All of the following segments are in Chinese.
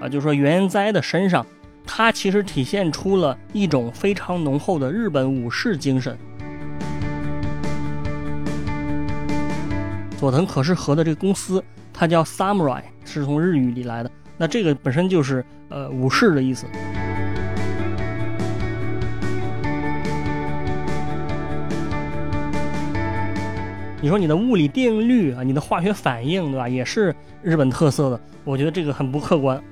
就是说原哉的身上，它其实体现出了一种非常浓厚的日本武士精神。佐藤可士和的这个公司，它叫 Samurai， 是从日语里来的。那这个本身就是武士的意思。你说你的物理定律啊，你的化学反应，对吧，也是日本特色的，我觉得这个很不客观。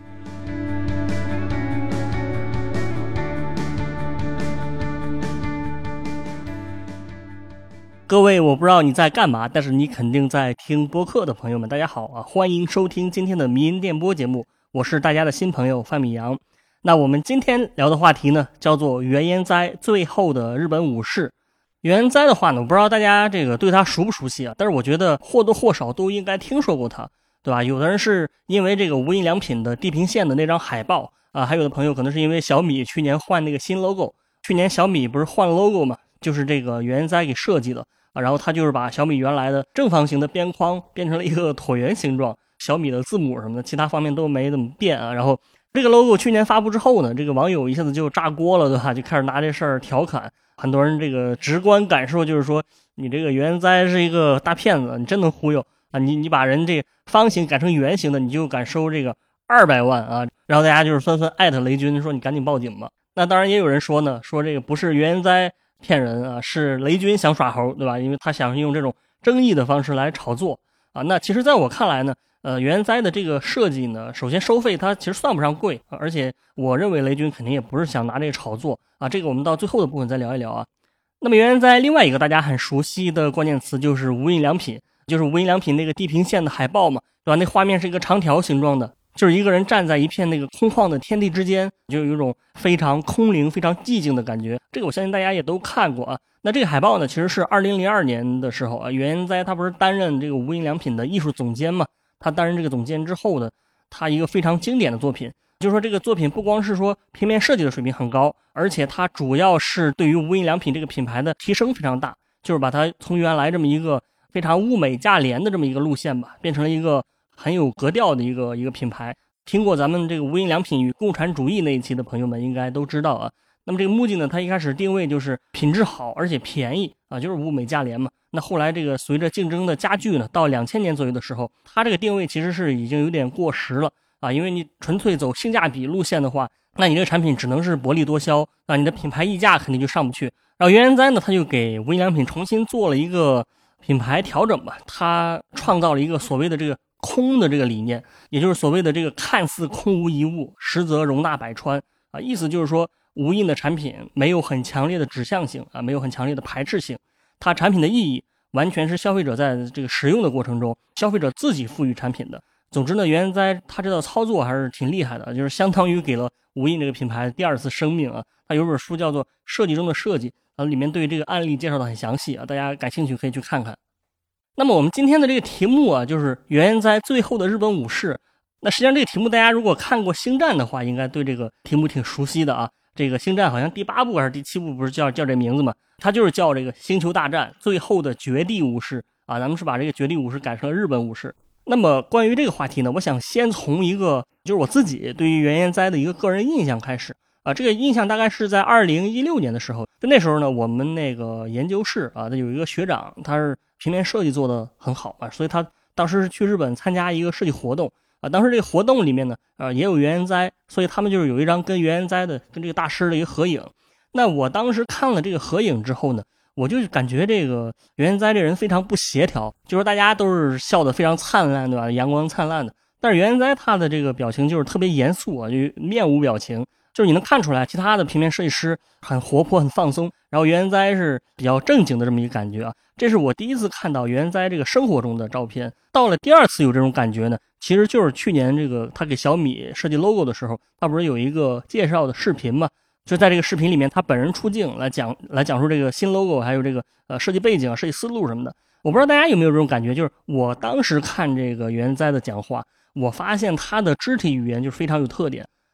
各位，我不知道你在干嘛，但是你肯定在听播客的朋友们，大家好啊，欢迎收听今天的迷音电波节目，我是大家的新朋友范米阳。那我们今天聊的话题呢，叫做原研哉最后的日本武士。原研哉的话呢，我不知道大家这个对他熟不熟悉啊，但是我觉得或多或少都应该听说过他，对吧？有的人是因为这个无印良品的地平线的那张海报啊，还有的朋友可能是因为小米去年换那个新 logo， 去年小米不是换了 logo 嘛，就是这个原研哉给设计的啊，然后他就是把小米原来的正方形的边框变成了一个椭圆形状，小米的字母什么的其他方面都没怎么变啊，然后这个 logo 去年发布之后呢，这个网友一下子就炸锅了，对吧？就开始拿这事儿调侃。很多人这个直观感受就是说，你这个原哉是一个大骗子，你真能忽悠啊！你把人这方形改成圆形的，你就敢收这个200万啊！然后大家就是纷纷艾特雷军说你赶紧报警吧。那当然也有人说呢，说这个不是原哉骗人啊，是雷军想耍猴，对吧？因为他想用这种争议的方式来炒作啊。那其实在我看来呢，原哉的这个设计呢，首先收费它其实算不上贵，而且我认为雷军肯定也不是想拿这个炒作啊，这个我们到最后的部分再聊一聊啊。那么原研哉另外一个大家很熟悉的关键词就是无印良品，就是无印良品那个地平线的海报嘛，对吧？那画面是一个长条形状的，就是一个人站在一片那个空旷的天地之间，就有一种非常空灵非常寂静的感觉，这个我相信大家也都看过啊。那这个海报呢，其实是2002年的时候啊，原研哉他不是担任这个无印良品的艺术总监嘛，他担任这个总监之后呢，他一个非常经典的作品，就是说这个作品不光是说平面设计的水平很高，而且它主要是对于无印良品这个品牌的提升非常大，就是把它从原来这么一个非常物美价廉的这么一个路线吧，变成了一个很有格调的一个品牌。听过咱们这个无印良品与共产主义那一期的朋友们应该都知道啊。那么这个木镜呢，它一开始定位就是品质好而且便宜啊，就是物美价廉嘛。那后来这个随着竞争的加剧呢，到2000年左右的时候，它这个定位其实是已经有点过时了啊，因为你纯粹走性价比路线的话，那你这个产品只能是薄利多销啊，你的品牌溢价肯定就上不去。然后原研哉呢，他就给无印良品重新做了一个品牌调整吧，他创造了一个所谓的这个空的这个理念，也就是所谓的这个看似空无一物，实则容纳百川啊，意思就是说无印的产品没有很强烈的指向性啊，没有很强烈的排斥性，它产品的意义完全是消费者在这个使用的过程中，消费者自己赋予产品的。总之呢，原研哉他这道操作还是挺厉害的，就是相当于给了无印这个品牌第二次生命啊。他有本书叫做《设计中的设计》，里面对这个案例介绍的很详细啊，大家感兴趣可以去看看。那么我们今天的这个题目啊，就是原研哉最后的日本武士。那实际上这个题目大家如果看过星战的话，应该对这个题目挺熟悉的啊。这个星战好像第8部还是第7部不是叫这名字嘛，它就是叫这个星球大战最后的绝地武士啊，咱们是把这个绝地武士改成了日本武士。那么关于这个话题呢，我想先从一个就是我自己对于原研哉的一个个人印象开始啊。这个印象大概是在2016年的时候，就那时候呢，我们那个研究室啊，有一个学长，他是平面设计做的很好啊，所以他当时是去日本参加一个设计活动啊。当时这个活动里面呢，也有原研哉，所以他们就是有一张跟原研哉的跟这个大师的一个合影。那我当时看了这个合影之后呢，我就感觉这个原研哉这人非常不协调，就是大家都是笑得非常灿烂，对吧？阳光灿烂的，但是原研哉他的这个表情就是特别严肃啊，就面无表情，就是你能看出来其他的平面设计师很活泼很放松，然后原研哉是比较正经的这么一个感觉啊。这是我第一次看到原研哉这个生活中的照片。到了第二次有这种感觉呢，其实就是去年这个他给小米设计 logo 的时候，他不是有一个介绍的视频吗？就在这个视频里面，他本人出镜来讲述这个新 logo， 还有这个设计背景、设计思路什么的。我不知道大家有没有这种感觉，就是我当时看这个原研哉的讲话，我发现他的肢体语言就是非常有特点。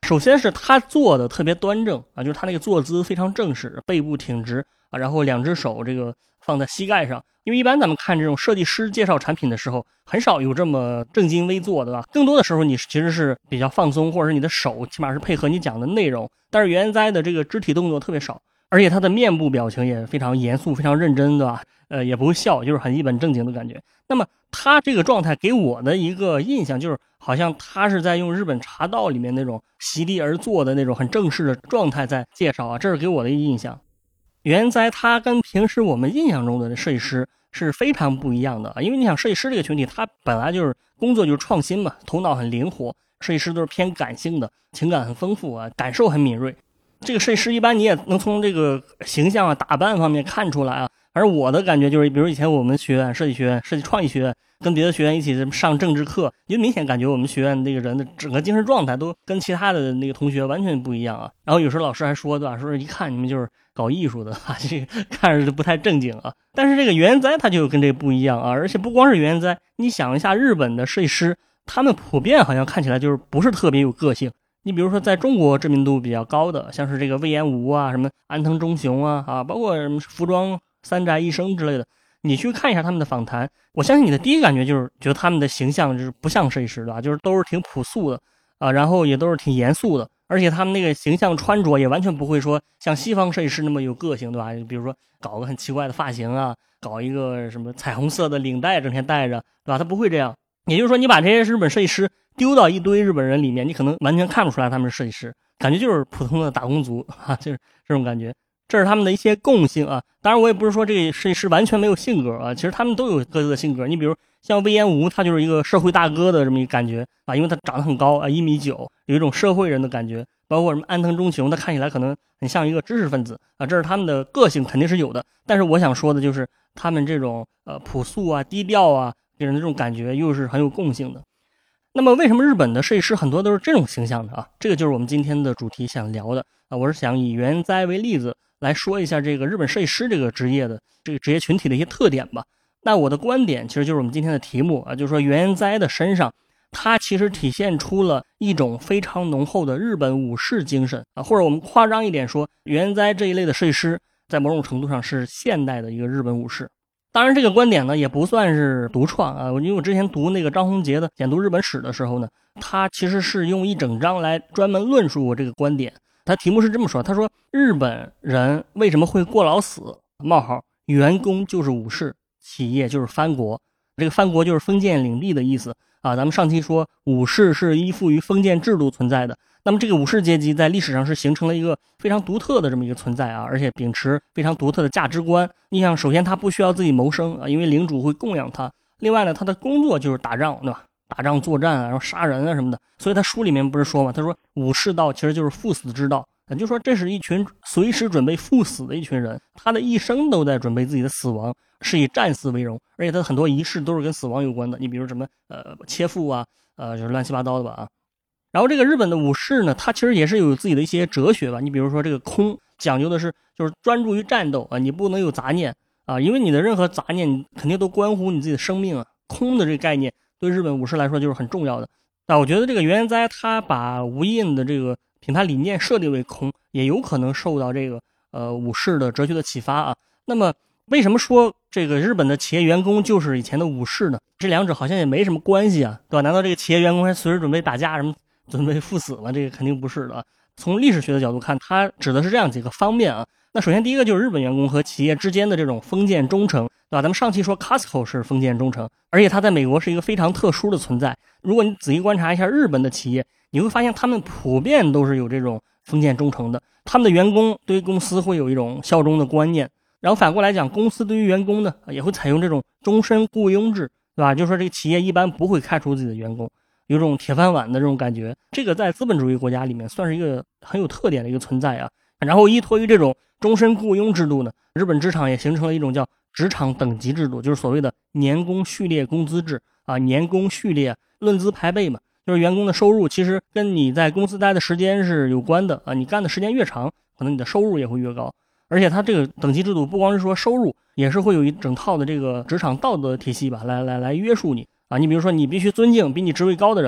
首先是他坐的特别端正啊，就是他那个坐姿非常正式，背部挺直啊，然后两只手这个放在膝盖上。因为一般咱们看这种设计师介绍产品的时候，很少有这么正襟危坐的吧？更多的时候你其实是比较放松，或者是你的手起码是配合你讲的内容。但是袁哉的这个肢体动作特别少，而且他的面部表情也非常严肃、非常认真，对吧？也不会笑，就是很一本正经的感觉。那么他这个状态给我的一个印象就是，好像他是在用日本茶道里面那种席地而坐的那种很正式的状态在介绍啊，这是给我的一个印象。原哉他跟平时我们印象中的设计师是非常不一样的啊，因为你想设计师这个群体，他本来就是工作就是创新嘛，头脑很灵活，设计师都是偏感性的，情感很丰富啊，感受很敏锐。这个设计师一般你也能从这个形象啊、打扮方面看出来啊。而我的感觉就是，比如以前我们学院设计学院、设计创意学院跟别的学院一起上政治课，就明显感觉我们学院那个人的整个精神状态都跟其他的那个同学完全不一样啊。然后有时候老师还说，对吧？说一看你们就是搞艺术的啊，这个看着就不太正经啊。但是这个原哉他就跟这不一样啊，而且不光是原哉，你想一下日本的设计师，他们普遍好像看起来就是不是特别有个性。你比如说在中国知名度比较高的，像是这个隈研吾啊、什么安藤忠雄啊，包括什么服装三宅一生之类的，你去看一下他们的访谈，我相信你的第一感觉就是觉得他们的形象就是不像设计师的，就是都是挺朴素的啊，然后也都是挺严肃的，而且他们那个形象穿着也完全不会说像西方设计师那么有个性，对吧？比如说搞个很奇怪的发型啊，搞一个什么彩虹色的领带整天戴着，对吧？他不会这样。也就是说，你把这些日本设计师丢到一堆日本人里面，你可能完全看不出来他们是设计师，感觉就是普通的打工族啊，就是这种感觉。这是他们的一些共性啊。当然，我也不是说这个设计师完全没有性格啊，其实他们都有各自的性格。你比如像隈研吾，他就是一个社会大哥的这么一个感觉啊，因为他长得很高啊，1.9米，有一种社会人的感觉。包括什么安藤忠雄，他看起来可能很像一个知识分子啊，这是他们的个性肯定是有的。但是我想说的就是，他们这种朴素啊、低调啊，给人的这种感觉又是很有共性的。那么为什么日本的设计师很多都是这种形象的啊？这个就是我们今天的主题想聊的啊。我是想以原哉为例子来说一下这个日本设计师这个职业的这个职业群体的一些特点吧。那我的观点其实就是我们今天的题目啊，就是说原哉的身上，它其实体现出了一种非常浓厚的日本武士精神啊，或者我们夸张一点说，原哉这一类的设计师在某种程度上是现代的一个日本武士。当然这个观点呢也不算是独创啊，因为我之前读那个张宏杰的简读日本史的时候呢，他其实是用一整章来专门论述我这个观点。他题目是这么说，他说日本人为什么会过劳死？员工就是武士，企业就是藩国。这个藩国就是封建领地的意思啊。咱们上期说武士是依附于封建制度存在的，那么这个武士阶级在历史上是形成了一个非常独特的这么一个存在啊，而且秉持非常独特的价值观。你想，首先他不需要自己谋生啊，因为领主会供养他。另外呢，他的工作就是打仗，对吧？打仗作战啊，然后杀人啊什么的。所以他书里面不是说嘛，他说武士道其实就是赴死之道，也就是说这是一群随时准备赴死的一群人，他的一生都在准备自己的死亡，是以战死为荣，而且他很多仪式都是跟死亡有关的。你比如什么切腹啊，就是乱七八糟的吧啊。然后这个日本的武士呢，他其实也是有自己的一些哲学吧。你比如说这个空，讲究的是就是专注于战斗啊，你不能有杂念啊，因为你的任何杂念你肯定都关乎你自己的生命啊。空的这个概念对日本武士来说就是很重要的。那我觉得这个原哉他把无印的这个品牌理念设定为空，也有可能受到这个武士的哲学的启发啊。那么为什么说这个日本的企业员工就是以前的武士呢？这两者好像也没什么关系啊，对吧？难道这个企业员工还随时准备打架什么准备赴死吗？这个肯定不是的啊。从历史学的角度看，它指的是这样几个方面啊。那首先第一个就是日本员工和企业之间的这种封建忠诚，对吧？咱们上期说 Costco 是封建忠诚，而且它在美国是一个非常特殊的存在。如果你仔细观察一下日本的企业，你会发现他们普遍都是有这种封建忠诚的，他们的员工对于公司会有一种效忠的观念。然后反过来讲，公司对于员工呢也会采用这种终身雇佣制，对吧？就是说这个企业一般不会开除自己的员工，有种铁饭碗的这种感觉。这个在资本主义国家里面算是一个很有特点的一个存在啊。然后依托于这种终身雇佣制度呢，日本职场也形成了一种叫职场等级制度，就是所谓的年功序列工资制啊，年功序列论资排辈嘛，就是员工的收入其实跟你在公司待的时间是有关的啊，你干的时间越长，可能你的收入也会越高。而且它这个等级制度不光是说收入，也是会有一整套的这个职场道德体系吧，来约束你啊。你比如说，你必须尊敬比你职位高的人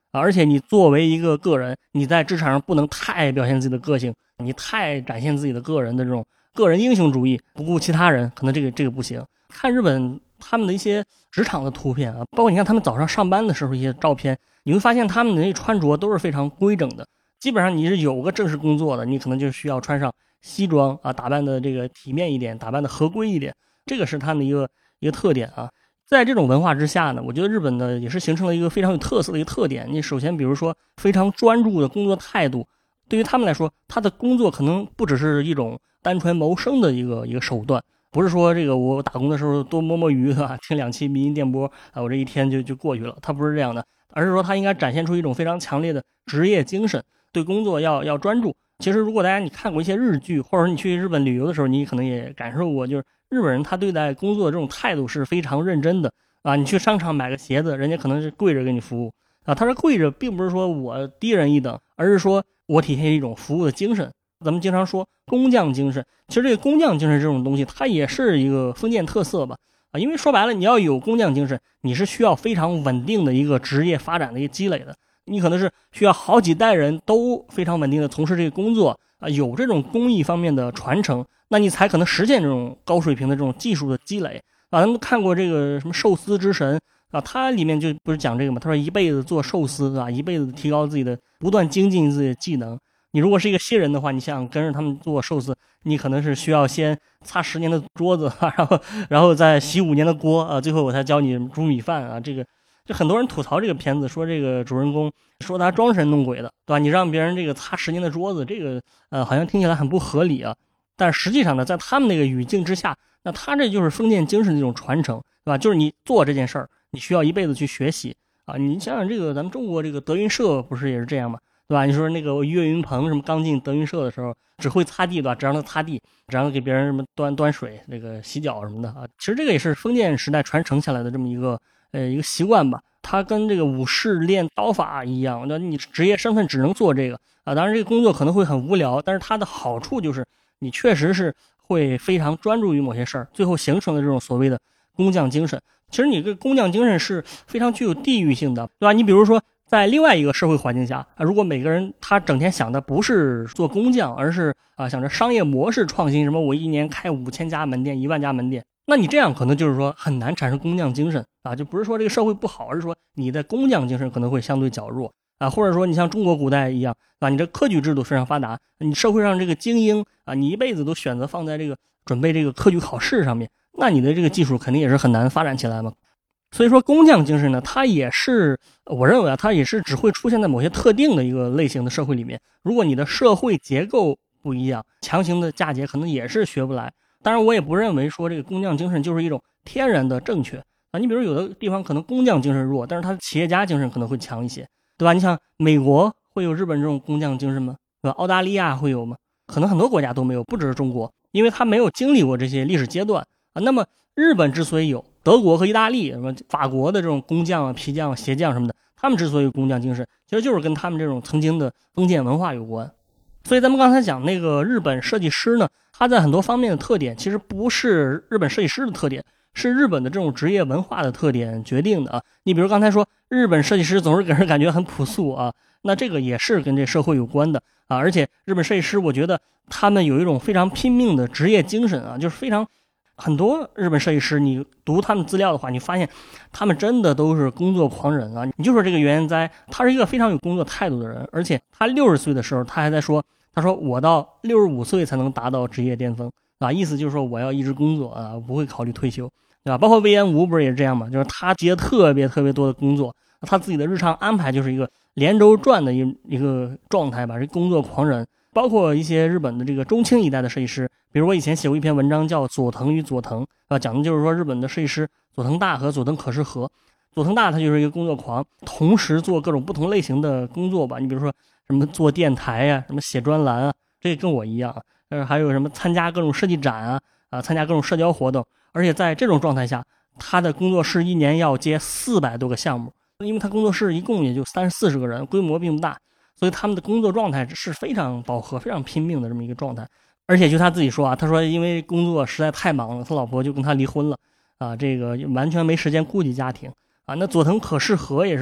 而且你作为一个个人，你在职场上不能太表现自己的个性，你太展现自己的个人的这种个人英雄主义，不顾其他人，可能这个不行。看日本他们的一些职场的图片啊，包括你看他们早上上班的时候一些照片，你会发现他们的那穿着都是非常规整的。基本上你是有个正式工作的，你可能就需要穿上西装啊，打扮的这个体面一点，打扮的合规一点，这个是他们的一个特点啊。在这种文化之下呢，我觉得日本呢也是形成了一个非常有特色的一个特点。你首先比如说非常专注的工作态度，对于他们来说，他的工作可能不只是一种单纯谋生的一个手段，不是说这个我打工的时候多摸摸鱼啊，听2期民音电波啊，我这一天就过去了，他不是这样的，而是说他应该展现出一种非常强烈的职业精神，对工作要专注。其实如果大家你看过一些日剧，或者你去日本旅游的时候，你可能也感受过，就是日本人他对待工作的这种态度是非常认真的啊。你去商场买个鞋子，人家可能是跪着给你服务啊。他说跪着并不是说我低人一等，而是说我体现一种服务的精神。咱们经常说工匠精神，其实这个工匠精神这种东西，它也是一个封建特色吧啊。因为说白了，你要有工匠精神，你是需要非常稳定的一个职业发展的一个积累的。你可能是需要好几代人都非常稳定的从事这个工作啊，有这种工艺方面的传承，那你才可能实现这种高水平的这种技术的积累啊。咱们看过这个什么寿司之神啊，它里面就不是讲这个嘛？他说一辈子做寿司啊，一辈子提高自己的，不断精进自己的技能。你如果是一个新人的话，你想跟着他们做寿司，你可能是需要先擦10年的桌子啊，然后再洗5年的锅啊，最后我才教你煮米饭啊。这个就很多人吐槽这个片子，说这个主人公说他装神弄鬼的，对吧？你让别人这个擦10年的桌子，这个好像听起来很不合理啊。但实际上呢，在他们那个语境之下，那他这就是封建精神的一种传承，对吧？就是你做这件事儿，你需要一辈子去学习啊。你想想这个咱们中国这个德云社不是也是这样吗？对吧？你说那个岳云鹏什么刚进德云社的时候，只会擦地，对吧？只让他擦地，只让他给别人什么端水，这个洗脚什么的啊。其实这个也是封建时代传承下来的这么一个习惯吧。它跟这个武士练刀法一样，那你职业身份只能做这个啊。当然这个工作可能会很无聊，但是它的好处就是你确实是会非常专注于某些事儿，最后形成的这种所谓的工匠精神。其实你这个工匠精神是非常具有地域性的，对吧？你比如说在另外一个社会环境下，如果每个人他整天想的不是做工匠，而是想着商业模式创新，什么我一年开5000家门店、1万家门店，那你这样可能就是说很难产生工匠精神啊。就不是说这个社会不好，而是说你的工匠精神可能会相对较弱啊。或者说你像中国古代一样啊，你这科举制度非常发达，你社会上这个精英啊，你一辈子都选择放在这个准备这个科举考试上面，那你的这个技术肯定也是很难发展起来嘛。所以说工匠精神呢，它也是我认为啊，它也是只会出现在某些特定的一个类型的社会里面。如果你的社会结构不一样，强行的嫁接可能也是学不来。当然我也不认为说这个工匠精神就是一种天然的正确啊。你比如有的地方可能工匠精神弱，但是他的企业家精神可能会强一些，对吧？你像美国会有日本这种工匠精神吗？对吧？澳大利亚会有吗？可能很多国家都没有，不只是中国，因为他没有经历过这些历史阶段啊。那么日本之所以有，德国和意大利什么法国的这种工匠啊、皮匠、鞋匠什么的，他们之所以有工匠精神，其实就是跟他们这种曾经的封建文化有关。所以咱们刚才讲那个日本设计师呢，他在很多方面的特点其实不是日本设计师的特点，是日本的这种职业文化的特点决定的啊。你比如刚才说日本设计师总是给人感觉很朴素啊，那这个也是跟这社会有关的啊。而且日本设计师我觉得他们有一种非常拼命的职业精神啊，就是非常很多日本设计师你读他们资料的话，你发现他们真的都是工作狂人啊。你就说这个原哉，他是一个非常有工作态度的人，而且他60岁的时候他还在说，他说我到65岁才能达到职业巅峰啊，意思就是说我要一直工作啊，不会考虑退休，对吧？包括魏延武不是也是这样嘛，就是他接特别多的工作，他自己的日常安排就是一个连轴转的一个状态吧，是工作狂人。包括一些日本的这个中青一代的设计师，比如我以前写过一篇文章叫佐藤与佐藤讲的就是说日本的设计师佐藤大和佐藤可士和。佐藤大他就是一个工作狂，同时做各种不同类型的工作吧，你比如说什么做电台啊，什么写专栏啊，这跟我一样还有什么参加各种设计展参加各种社交活动。而且在这种状态下，他的工作室一年要接400多个项目，因为他工作室一共也就30-40个人，规模并不大，所以他们的工作状态是非常饱和、非常拼命的这么一个状态。而且就他自己说他说因为工作实在太忙了，他老婆就跟他离婚了这个完全没时间顾及家庭那佐藤可士和也是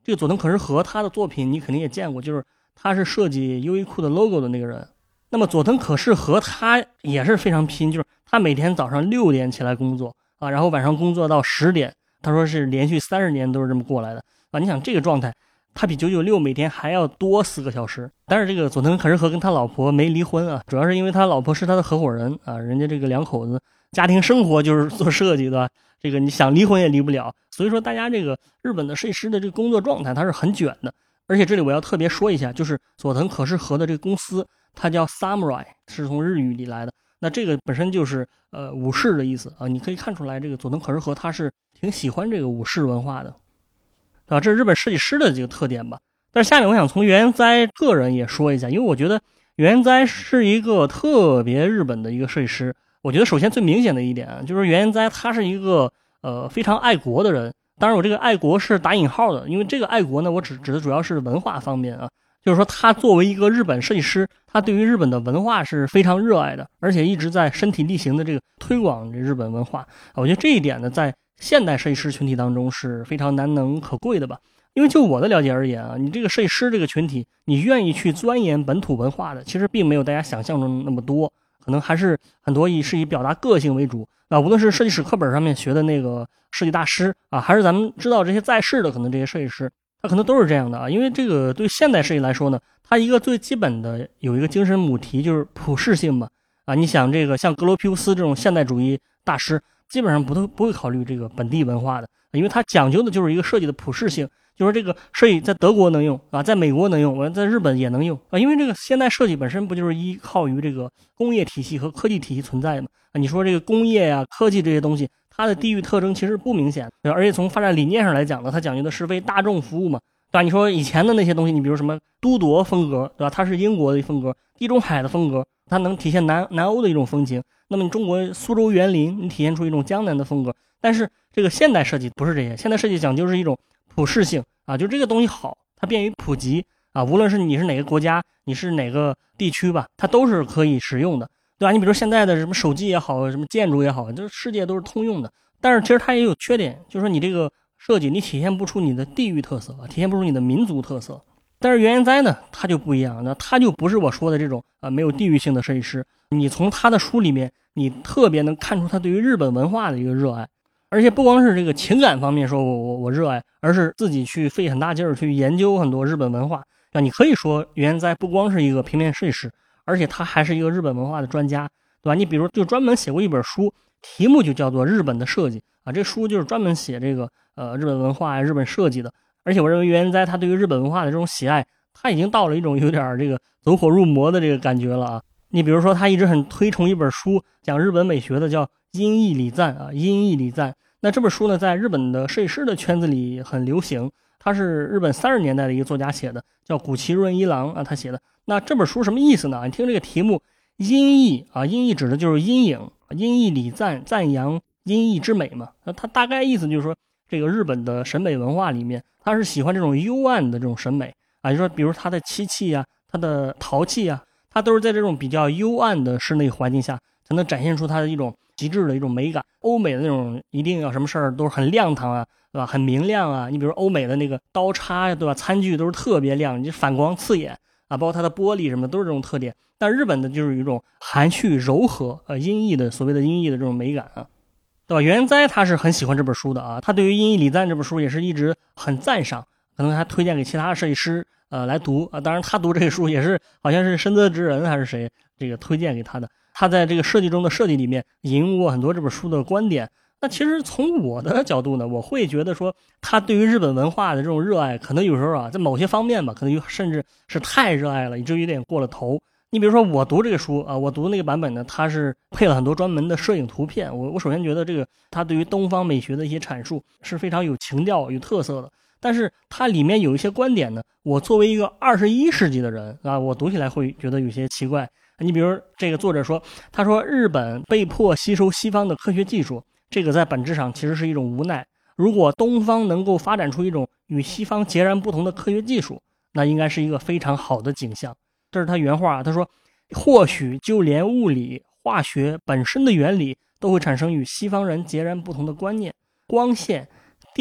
这个佐藤可士和他的作品你肯定也见过，就是他是设计优衣库的 logo 的那个人。那么佐藤可士和他也是非常拼，就是他每天早上6点起来工作啊，然后晚上工作到10点，他说是连续30年都是这么过来的啊。你想这个状态，他比996每天还要多4个小时。但是这个佐藤可士和跟他老婆没离婚啊，主要是因为他老婆是他的合伙人啊，人家这个两口子家庭生活就是做设计的，这个你想离婚也离不了。所以说大家这个日本的设计师的这个工作状态它是很卷的。而且这里我要特别说一下，就是佐藤可士和的这个公司它叫 Samurai， 是从日语里来的。那这个本身就是武士的意思啊，你可以看出来这个佐藤可士和他是挺喜欢这个武士文化的，对吧？这是日本设计师的这个特点吧。但是下面我想从原哉个人也说一下，因为我觉得原哉是一个特别日本的一个设计师。我觉得首先最明显的一点啊，就是原哉他是一个非常爱国的人。当然我这个爱国是打引号的，因为这个爱国呢，我指的主要是文化方面啊。就是说他作为一个日本设计师，他对于日本的文化是非常热爱的，而且一直在身体力行的这个推广日本文化。我觉得这一点呢，在现代设计师群体当中是非常难能可贵的吧。因为就我的了解而言啊，你这个设计师这个群体，你愿意去钻研本土文化的，其实并没有大家想象中那么多，可能还是很多是以表达个性为主啊。无论是设计史课本上面学的那个设计大师啊，还是咱们知道这些在世的可能这些设计师，他可能都是这样的啊。因为这个对现代设计来说呢，它一个最基本的有一个精神母题就是普适性嘛。啊，你想这个像格罗皮乌斯这种现代主义大师，基本上不会考虑这个本地文化的，因为他讲究的就是一个设计的普适性。就是这个设计在德国能用啊，在美国能用，我在日本也能用啊。因为这个现代设计本身不就是依靠于这个工业体系和科技体系存在的吗？啊，你说这个工业呀、科技这些东西，它的地域特征其实不明显，而且从发展理念上来讲呢，它讲究的是为大众服务嘛，对吧？你说以前的那些东西，你比如什么都铎风格，对吧？它是英国的风格，地中海的风格，它能体现南欧的一种风情。那么你中国苏州园林，你体现出一种江南的风格。但是这个现代设计不是这些，现代设计讲究是一种普适性啊，就这个东西好，它便于普及啊，无论是你是哪个国家，你是哪个地区吧，它都是可以使用的，对吧？你比如现在的什么手机也好，什么建筑也好，就是世界都是通用的。但是其实它也有缺点，就是说你这个设计你体现不出你的地域特色，体现不出你的民族特色。但是原哉呢，他就不一样，那他就不是我说的这种没有地域性的设计师。你从他的书里面，你特别能看出他对于日本文化的一个热爱。而且不光是这个情感方面说我热爱，而是自己去费很大劲儿去研究很多日本文化。那你可以说原哉不光是一个平面设计师，而且他还是一个日本文化的专家，对吧？你比如就专门写过一本书，题目就叫做《日本的设计》啊，这书就是专门写这个日本文化、日本设计的。而且我认为原哉他对于日本文化的这种喜爱，他已经到了一种有点这个走火入魔的这个感觉了啊。你比如说他一直很推崇一本书，讲日本美学的，叫阴翳礼赞啊，阴翳礼赞。那这本书呢，在日本的设计师的圈子里很流行，它是日本30年代的一个作家写的，叫古崎润一郎啊，他写的。那这本书什么意思呢？你听这个题目，阴翳啊，阴翳指的就是阴影，阴翳礼赞，赞扬阴翳之美嘛。那它大概意思就是说，这个日本的审美文化里面，他是喜欢这种幽暗的这种审美啊，就说比如它的漆器啊，它的陶器啊，它都是在这种比较幽暗的室内环境下，才能展现出它的一种极致的一种美感。欧美的那种一定要什么事儿都是很亮堂啊，对吧？很明亮啊。你比如欧美的那个刀叉，对吧？餐具都是特别亮，就反光刺眼啊，包括它的玻璃什么都是这种特点。但日本的就是有一种含蓄柔和阴翳的所谓的阴翳的这种美感啊，对吧？原哉他是很喜欢这本书的啊，他对于阴翳礼赞这本书也是一直很赞赏，可能还推荐给其他的设计师来读啊。当然他读这个书也是好像是深泽直人还是谁这个推荐给他的。他在这个设计中的设计里面引用过很多这本书的观点。那其实从我的角度呢，我会觉得说他对于日本文化的这种热爱，可能有时候啊，在某些方面吧，可能甚至是太热爱了，以至于有点过了头。你比如说我读这个书啊，我读的那个版本呢，它是配了很多专门的摄影图片。我首先觉得这个他对于东方美学的一些阐述是非常有情调、有特色的。但是它里面有一些观点呢，我作为一个21世纪的人啊，我读起来会觉得有些奇怪。你比如这个作者说，他说日本被迫吸收西方的科学技术，这个在本质上其实是一种无奈。如果东方能够发展出一种与西方截然不同的科学技术，那应该是一个非常好的景象。这是他原话，他说或许就连物理化学本身的原理都会产生与西方人截然不同的观念，光线、电、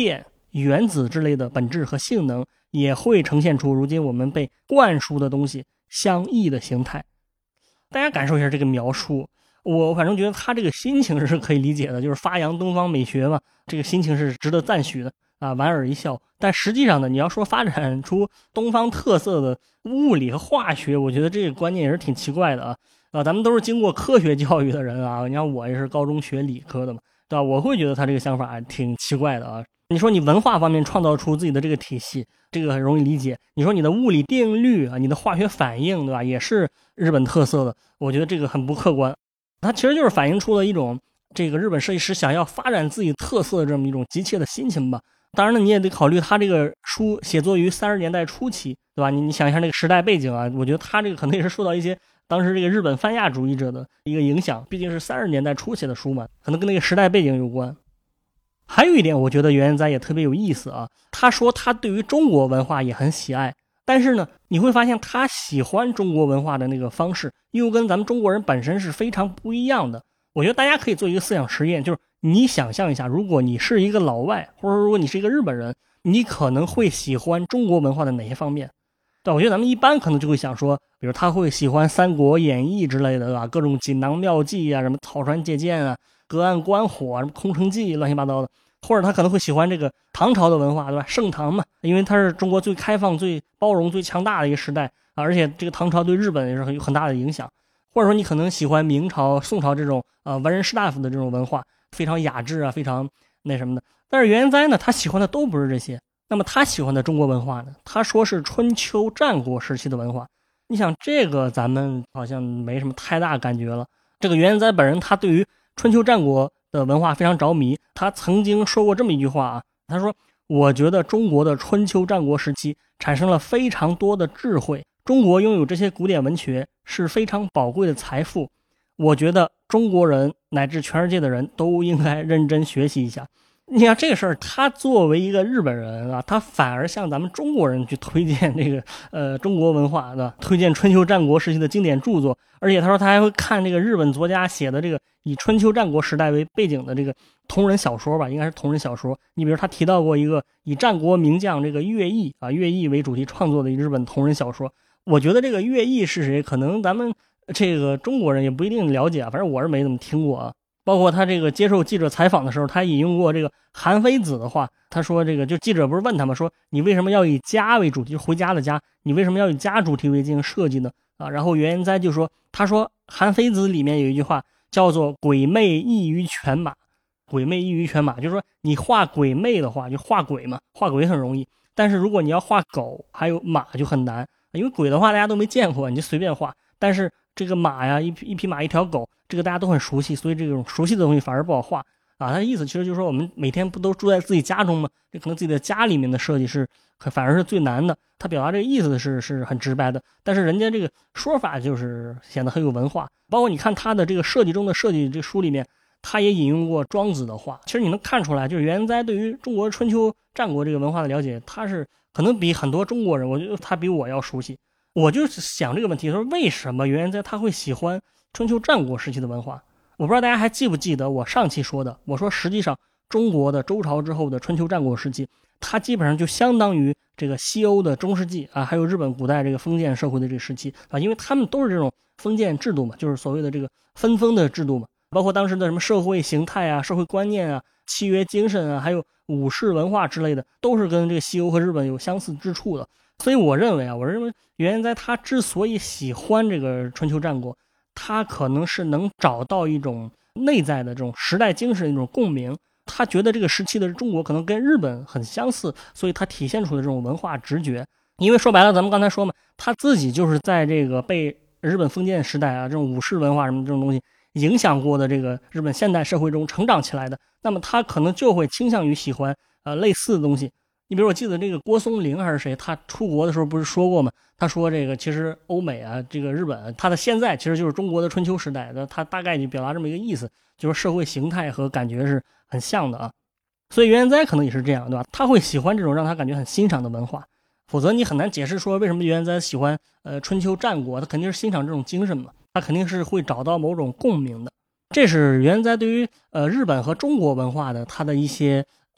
原子之类的本质和性能，也会呈现出如今我们被灌输的东西相异的形态。大家感受一下这个描述，我反正觉得他这个心情是可以理解的，就是发扬东方美学嘛，这个心情是值得赞许的啊，莞尔一笑。但实际上呢，你要说发展出东方特色的物理和化学，我觉得这个观念也是挺奇怪的咱们都是经过科学教育的人啊，你看我也是高中学理科的嘛，对吧？我会觉得他这个想法挺奇怪的啊。你说你文化方面创造出自己的这个体系，这个很容易理解。你说你的物理定律啊，你的化学反应，对吧？也是日本特色的，我觉得这个很不客观。它其实就是反映出了一种这个日本设计师想要发展自己特色的这么一种急切的心情吧。当然了，你也得考虑他这个书写作于30年代初期，对吧？你想一下那个时代背景啊，我觉得他这个可能也是受到一些当时这个日本泛亚主义者的一个影响，毕竟是30年代初写的书嘛，可能跟那个时代背景有关。还有一点，我觉得原哉也特别有意思啊。他说他对于中国文化也很喜爱，但是呢，你会发现他喜欢中国文化的那个方式，又跟咱们中国人本身是非常不一样的。我觉得大家可以做一个思想实验，就是你想象一下，如果你是一个老外，或者说如果你是一个日本人，你可能会喜欢中国文化的哪些方面？对，我觉得咱们一般可能就会想说，比如他会喜欢《三国演义》之类的，对吧？各种锦囊妙计啊，什么草船借箭啊，隔岸观火啊，什么空城计，乱七八糟的。或者他可能会喜欢这个唐朝的文化，对吧？盛唐嘛，因为它是中国最开放、最包容、最强大的一个时代啊，而且这个唐朝对日本也是有很大的影响。或者说你可能喜欢明朝、宋朝这种文人士大夫的这种文化，非常雅致啊，非常那什么的。但是原哉呢，他喜欢的都不是这些。那么他喜欢的中国文化呢？他说是春秋战国时期的文化。你想这个咱们好像没什么太大感觉了。这个原哉本人他对于春秋战国的文化非常着迷，他曾经说过这么一句话啊，他说：“我觉得中国的春秋战国时期产生了非常多的智慧，中国拥有这些古典文学是非常宝贵的财富。我觉得中国人乃至全世界的人都应该认真学习一下。”你看这个事儿，他作为一个日本人啊，他反而向咱们中国人去推荐这个中国文化的，推荐春秋战国时期的经典著作，而且他说他还会看这个日本作家写的这个以春秋战国时代为背景的这个同人小说吧，应该是同人小说。你比如他提到过一个以战国名将这个乐毅啊，乐毅为主题创作的日本同人小说。我觉得这个乐毅是谁，可能咱们这个中国人也不一定了解啊，反正我是没怎么听过啊。包括他这个接受记者采访的时候，他引用过这个韩非子的话，他说这个就记者不是问他们说你为什么要以家为主题，回家的家，你为什么要以家主题为进行设计呢？啊，然后原哉就说，他说韩非子里面有一句话叫做鬼魅异于犬马，鬼魅异于犬马，就是说你画鬼魅的话就画鬼嘛，画鬼很容易，但是如果你要画狗还有马就很难，因为鬼的话大家都没见过，你就随便画，但是这个马呀，一匹马一条狗，这个大家都很熟悉，所以这种熟悉的东西反而不好画啊。他的意思其实就是说，我们每天不都住在自己家中吗？这可能自己的家里面的设计是反而是最难的。他表达这个意思是很直白的，但是人家这个说法就是显得很有文化。包括你看他的这个设计中的设计，这书里面他也引用过庄子的话。其实你能看出来，就是原哉对于中国春秋战国这个文化的了解，他是可能比很多中国人，我觉得他比我要熟悉。我就是想这个问题，说为什么原哉他会喜欢春秋战国时期的文化？我不知道大家还记不记得我上期说的，我说实际上中国的周朝之后的春秋战国时期，它基本上就相当于这个西欧的中世纪啊，还有日本古代这个封建社会的这个时期啊，因为他们都是这种封建制度嘛，就是所谓的这个分封的制度嘛，包括当时的什么社会形态啊、社会观念啊、契约精神啊，还有武士文化之类的，都是跟这个西欧和日本有相似之处的。所以我认为原哉他之所以喜欢这个春秋战国，他可能是能找到一种内在的这种时代精神的一种共鸣。他觉得这个时期的中国可能跟日本很相似，所以他体现出的这种文化直觉。因为说白了，咱们刚才说嘛，他自己就是在这个被日本封建时代啊，这种武士文化什么这种东西影响过的这个日本现代社会中成长起来的，那么他可能就会倾向于喜欢类似的东西。你比如我记得这个郭松龄还是谁，他出国的时候不是说过吗？他说这个其实欧美啊，这个日本，他的现在其实就是中国的春秋时代的，他大概就表达这么一个意思，就是社会形态和感觉是很像的啊。所以原哉可能也是这样，对吧？他会喜欢这种让他感觉很欣赏的文化，否则你很难解释说为什么原哉喜欢春秋战国，他肯定是欣赏这种精神嘛，他肯定是会找到某种共鸣的。这是原哉对于日本和中国文化的他的一些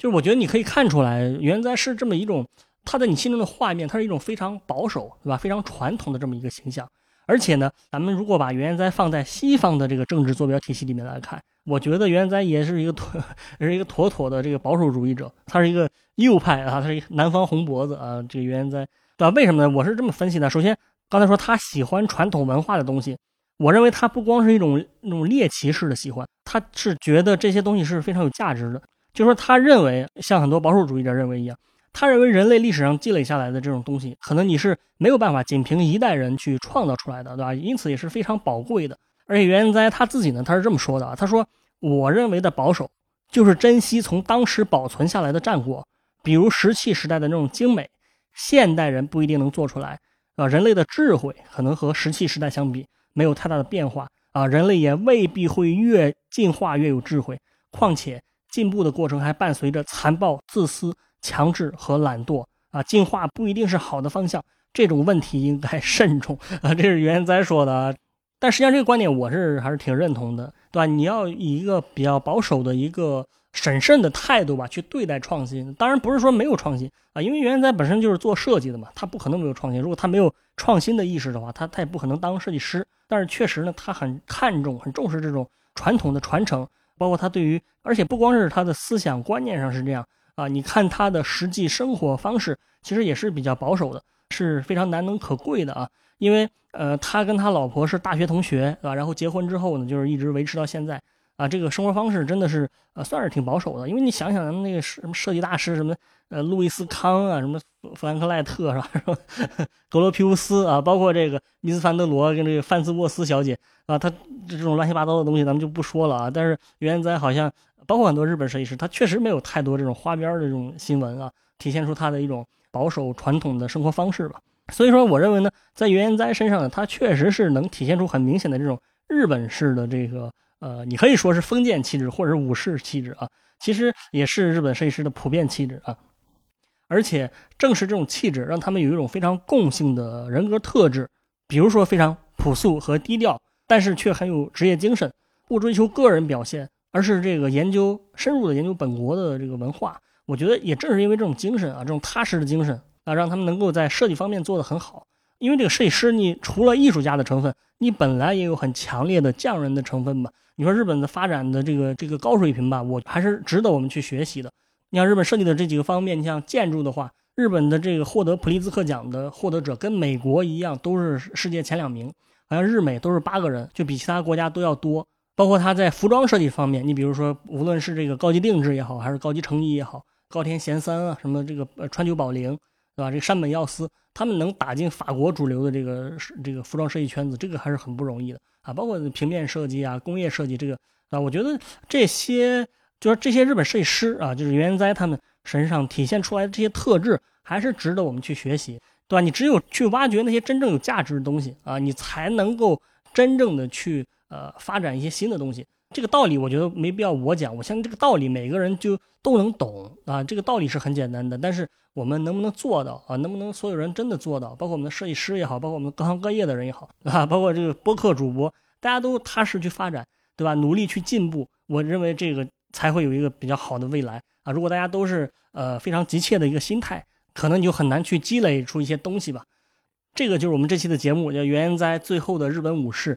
就是我觉得你可以看出来，原哉是这么一种，他在你心中的画面，它是一种非常保守，对吧？非常传统的这么一个形象。而且呢，咱们如果把原哉放在西方的这个政治坐标体系里面来看，我觉得原哉也是一个妥妥的这个保守主义者，他是一个右派啊，他是一个南方红脖子啊，这个原哉，对吧？为什么呢？我是这么分析的。首先，刚才说他喜欢传统文化的东西，我认为他不光是一种那种猎奇式的喜欢，他是觉得这些东西是非常有价值的。就是说，他认为像很多保守主义者认为一样，他认为人类历史上积累下来的这种东西，可能你是没有办法仅凭一代人去创造出来的，对吧？因此也是非常宝贵的。而且原哉他自己呢，他是这么说的啊，他说：“我认为的保守，就是珍惜从当时保存下来的战果，比如石器时代的那种精美，现代人不一定能做出来。人类的智慧可能和石器时代相比没有太大的变化啊，人类也未必会越进化越有智慧。况且进步的过程还伴随着残暴、自私、强制和懒惰啊，进化不一定是好的方向，这种问题应该慎重啊。”这是原哉说的啊。但实际上这个观点我还是挺认同的，对吧？你要以一个比较保守的一个审慎的态度吧去对待创新。当然不是说没有创新啊，因为原哉本身就是做设计的嘛，他不可能没有创新。如果他没有创新的意识的话，他也不可能当设计师。但是确实呢，他很看重、很重视这种传统的传承，包括他对于，而且不光是他的思想观念上是这样啊，你看他的实际生活方式其实也是比较保守的，是非常难能可贵的啊。因为他跟他老婆是大学同学，对吧？然后结婚之后呢，就是一直维持到现在啊。这个生活方式真的是算是挺保守的。因为你想想咱们那个什么设计大师，什么路易斯康啊，什么弗兰克赖特是吧？格罗皮乌斯啊，包括这个米斯凡德罗跟这个范斯沃斯小姐啊，他这种乱七八糟的东西咱们就不说了啊。但是原哉好像包括很多日本设计师，他确实没有太多这种花边的这种新闻啊，体现出他的一种保守传统的生活方式吧。所以说我认为呢，在原哉身上呢，他确实是能体现出很明显的这种日本式的这个你可以说是封建气质或者是武士气质啊，其实也是日本设计师的普遍气质啊。而且正是这种气质让他们有一种非常共性的人格特质，比如说非常朴素和低调，但是却很有职业精神，不追求个人表现，而是这个深入的研究本国的这个文化。我觉得也正是因为这种精神啊，这种踏实的精神啊，让他们能够在设计方面做得很好。因为这个设计师，你除了艺术家的成分，你本来也有很强烈的匠人的成分吧。你说日本的发展的这个高水平吧，我还是值得我们去学习的。你像日本设计的这几个方面，你像建筑的话，日本的这个获得普利兹克奖的获得者跟美国一样，都是世界前2名，好像日美都是8个人，就比其他国家都要多。包括他在服装设计方面，你比如说无论是这个高级定制也好，还是高级成衣也好，高田贤三啊，什么这个川久保玲，对吧？这个山本耀司，他们能打进法国主流的这个服装设计圈子，这个还是很不容易的啊。包括平面设计啊、工业设计这个啊，我觉得这些就是这些日本设计师啊，就是原哉他们身上体现出来的这些特质，还是值得我们去学习，对吧？你只有去挖掘那些真正有价值的东西啊，你才能够真正的去发展一些新的东西。这个道理我觉得没必要我讲，我相信这个道理每个人就都能懂啊。这个道理是很简单的，但是我们能不能做到啊？能不能所有人真的做到？包括我们的设计师也好，包括我们各行各业的人也好啊，包括这个播客主播，大家都踏实去发展，对吧？努力去进步，我认为这个才会有一个比较好的未来啊。如果大家都是非常急切的一个心态，可能你就很难去积累出一些东西吧。这个就是我们这期的节目，叫原哉最后的日本武士。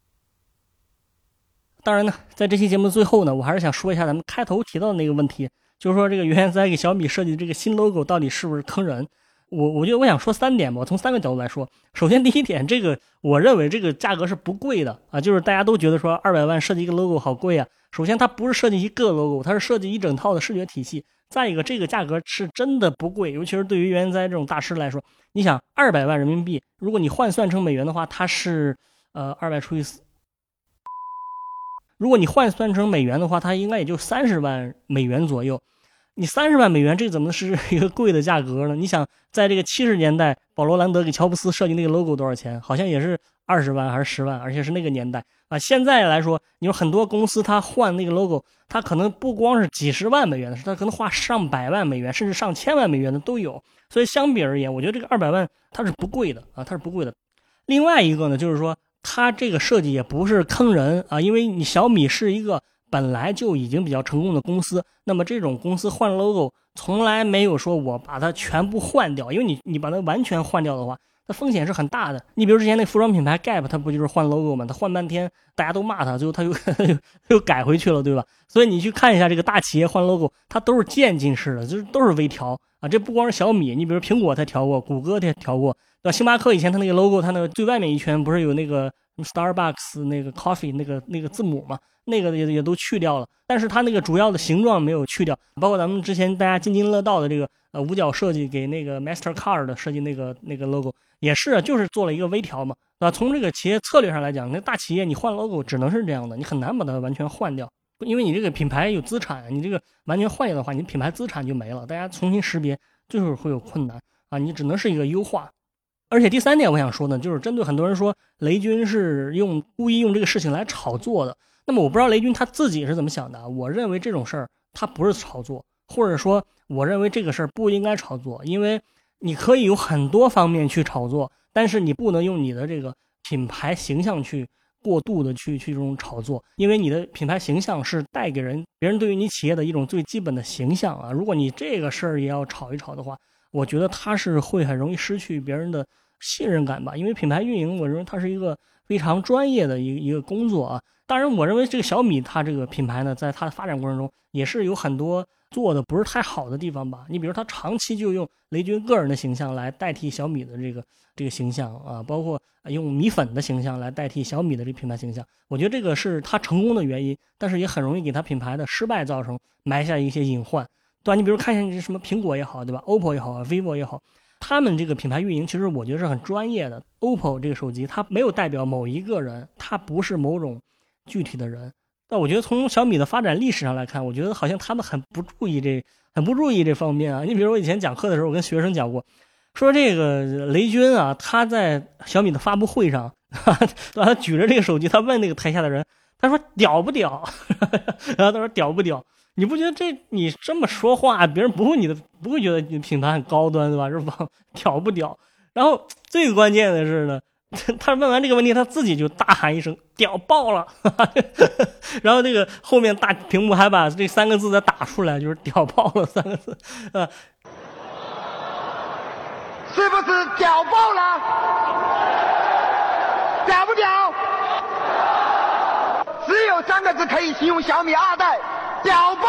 当然呢，在这期节目的最后呢，我还是想说一下咱们开头提到的那个问题，就是说这个原哉给小米设计的这个新 logo 到底是不是坑人？我觉得我想说3点吧，我从3个角度来说。首先第一点，这个我认为这个价格是不贵的啊，就是大家都觉得说200万设计一个 logo 好贵啊。首先它不是设计一个 logo， 它是设计一整套的视觉体系。再一个，这个价格是真的不贵，尤其是对于原哉这种大师来说，你想200万人民币，如果你换算成美元的话，它是200除以4。如果你换算成美元的话，它应该也就30万美元左右。你30万美元，这怎么是一个贵的价格呢？你想，在这个70年代，保罗兰德给乔布斯设计那个 logo 多少钱？好像也是20万还是10万，而且是那个年代啊。现在来说，你说很多公司它换那个 logo， 它可能不光是几十万美元的事，它可能花上百万美元，甚至上千万美元的都有。所以相比而言，我觉得这个200万它是不贵的啊，它是不贵的。另外一个呢，就是说它这个设计也不是坑人啊，因为你小米是一个本来就已经比较成功的公司，那么这种公司换 logo 从来没有说我把它全部换掉，因为你把它完全换掉的话，它风险是很大的。你比如之前那服装品牌 Gap， 它不就是换 logo 吗？它换半天大家都骂它，最后它又改回去了，对吧？所以你去看一下这个大企业换 logo， 它都是渐进式的，就是都是微调啊。这不光是小米，你比如苹果它调过，谷歌它调过，对吧？星巴克以前它那个 logo， 它那个最外面一圈不是有那个 Starbucks 那个 coffee 那个字母嘛，那个也都去掉了，但是它那个主要的形状没有去掉，包括咱们之前大家津津乐道的这个五角设计给那个 Mastercard 的设计那个 logo 也是就是做了一个微调嘛，啊，从这个企业策略上来讲，那大企业你换 logo 只能是这样的，你很难把它完全换掉，因为你这个品牌有资产，你这个完全换掉的话，你品牌资产就没了，大家重新识别就是会有困难啊，你只能是一个优化。而且第三点我想说呢，就是针对很多人说雷军是故意用这个事情来炒作的，那么我不知道雷军他自己是怎么想的，我认为这种事儿他不是炒作，或者说我认为这个事儿不应该炒作，因为你可以有很多方面去炒作，但是你不能用你的这个品牌形象去过度的去这种炒作，因为你的品牌形象是带给别人对于你企业的一种最基本的形象啊，如果你这个事儿也要炒一炒的话，我觉得他是会很容易失去别人的信任感吧，因为品牌运营我认为它是一个非常专业的一个工作啊。当然我认为这个小米它这个品牌呢，在它的发展过程中也是有很多做的不是太好的地方吧，你比如它长期就用雷军个人的形象来代替小米的这个形象啊，包括用米粉的形象来代替小米的这个品牌形象，我觉得这个是它成功的原因，但是也很容易给它品牌的失败造成埋下一些隐患，对吧？你比如看一下什么苹果也好，对吧 ？OPPO 也好 ，vivo 也好，他们这个品牌运营其实我觉得是很专业的。OPPO 这个手机它没有代表某一个人，它不是某种具体的人。但我觉得从小米的发展历史上来看，我觉得好像他们很不注意这方面啊。你比如我以前讲课的时候，我跟学生讲过，说这个雷军啊，他在小米的发布会上，他举着这个手机，他问那个台下的人，他说屌不屌？然后他说屌不屌？你不觉得你这么说话，别人不会觉得你的品牌很高端，对吧？是吧？屌不屌？然后最关键的是呢，他问完这个问题，他自己就大喊一声屌爆了，然后这个后面大屏幕还把这3个字再打出来，就是屌爆了3个字， 是不是屌爆了？屌不屌？只有3个字可以形容小米2代，屌爆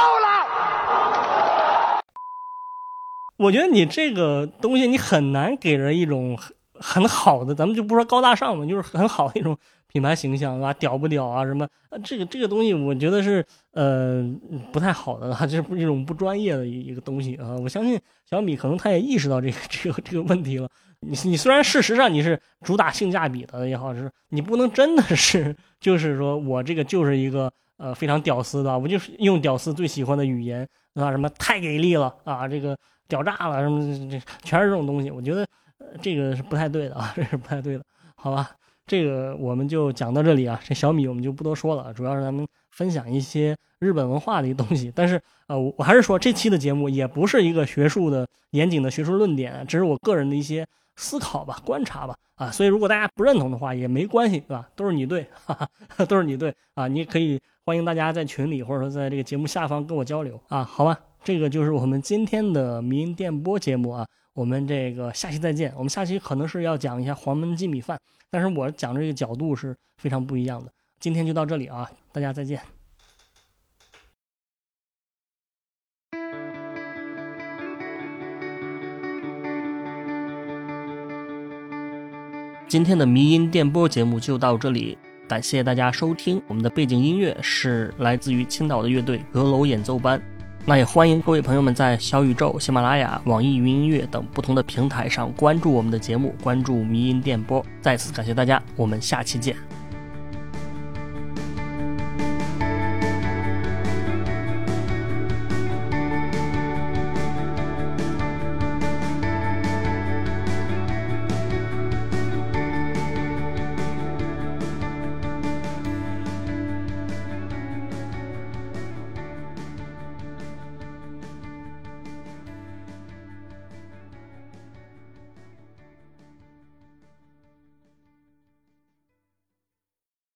了！ 我觉得你这个东西你很难给人一种很好的，咱们就不说高大上嘛，就是很好的一种品牌形象啊，屌不屌啊什么，这个东西我觉得是不太好的啊，这是一种不专业的一个东西啊。我相信小米可能他也意识到这个问题了。你虽然事实上你是主打性价比的也好，是你不能真的是就是说我这个就是一个非常屌丝的，我就是用屌丝最喜欢的语言啊，什么太给力了啊，这个屌炸了什么，这全是这种东西，我觉得这个是不太对的啊，这是不太对的，好吧？这个我们就讲到这里啊，这小米我们就不多说了，主要是咱们分享一些日本文化的一个东西。但是我还是说这期的节目也不是一个学术的严谨的学术论点，只是我个人的一些思考吧、观察吧啊。所以如果大家不认同的话也没关系，对吧？都是你对，哈哈，都是你对啊。你也可以欢迎大家在群里或者说在这个节目下方跟我交流啊，好吧？这个就是我们今天的民营电波节目啊。我们这个下期再见。我们下期可能是要讲一下黄焖鸡米饭，但是我讲这个角度是非常不一样的。今天就到这里啊，大家再见。今天的迷音电波节目就到这里，感谢大家收听。我们的背景音乐是来自于青岛的乐队阁楼演奏班。那也欢迎各位朋友们在小宇宙、喜马拉雅、网易云音乐等不同的平台上关注我们的节目，关注迷音电波。再次感谢大家，我们下期见。